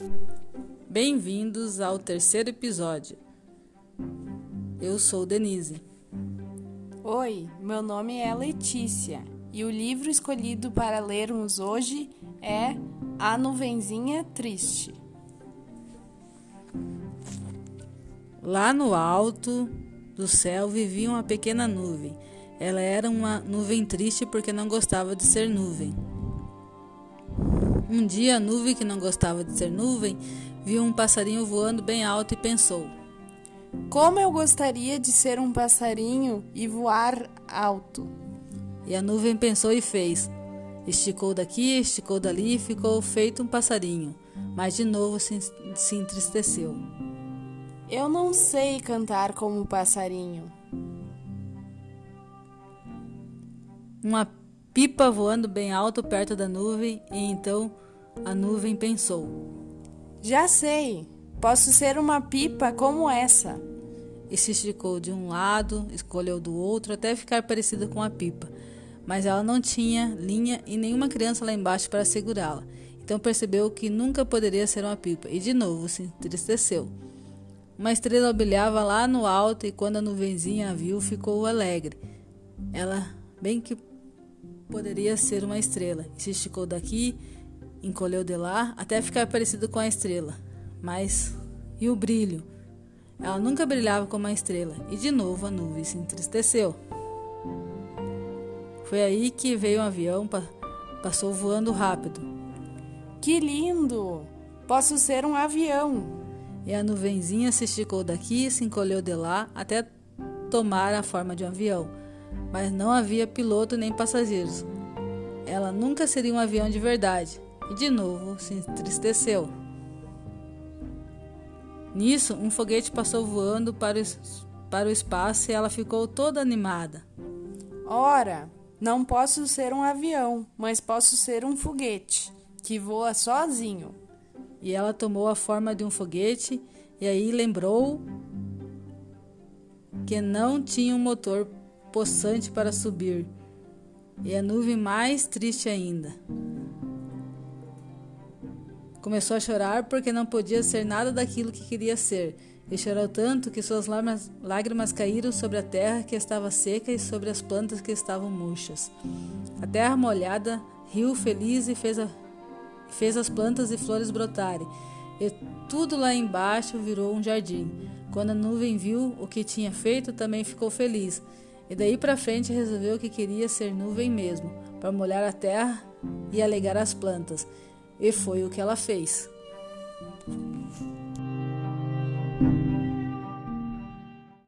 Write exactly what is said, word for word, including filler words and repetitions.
Bem-vindos ao terceiro episódio. Eu sou Denise. Oi, meu nome é Letícia e o livro escolhido para lermos hoje é A Nuvenzinha Triste. Lá no alto do céu vivia uma pequena nuvem. Ela era uma nuvem triste porque não gostava de ser nuvem. Um dia a nuvem, que não gostava de ser nuvem, viu um passarinho voando bem alto e pensou: como eu gostaria de ser um passarinho e voar alto. E a nuvem pensou e fez. Esticou daqui, esticou dali e ficou feito um passarinho, mas de novo se, se entristeceu. Eu não sei cantar como passarinho. Uma pipa voando bem alto perto da nuvem, e então a nuvem pensou: já sei, posso ser uma pipa como essa. E se esticou de um lado, escolheu do outro, até ficar parecida com a pipa. Mas ela não tinha linha e nenhuma criança lá embaixo para segurá-la. Então percebeu que nunca poderia ser uma pipa, e de novo se entristeceu. Uma estrela brilhava lá no alto, e quando a nuvenzinha a viu, ficou alegre. Ela bem que poderia ser uma estrela, e se esticou daqui, encolheu de lá, até ficar parecido com a estrela. Mas e o brilho? Ela nunca brilhava como uma estrela, e de novo a nuvem se entristeceu. Foi aí que veio um avião, passou voando rápido. Que lindo! Posso ser um avião! E a nuvenzinha se esticou daqui, se encolheu de lá, até tomar a forma de um avião. Mas não havia piloto nem passageiros. Ela nunca seria um avião de verdade. E de novo se entristeceu. Nisso, um foguete passou voando para o, para o espaço e ela ficou toda animada. Ora, não posso ser um avião, mas posso ser um foguete, que voa sozinho. E ela tomou a forma de um foguete e aí lembrou que não tinha um motor possante para subir. E a nuvem mais triste ainda. Começou a chorar porque não podia ser nada daquilo que queria ser. E chorou tanto que suas lágrimas, lágrimas caíram sobre a terra que estava seca e sobre as plantas que estavam murchas. A terra molhada riu feliz e fez, a, fez as plantas e flores brotarem. E tudo lá embaixo virou um jardim. Quando a nuvem viu o que tinha feito, também ficou feliz. E daí para frente resolveu que queria ser nuvem mesmo, para molhar a terra e alegar as plantas. E foi o que ela fez.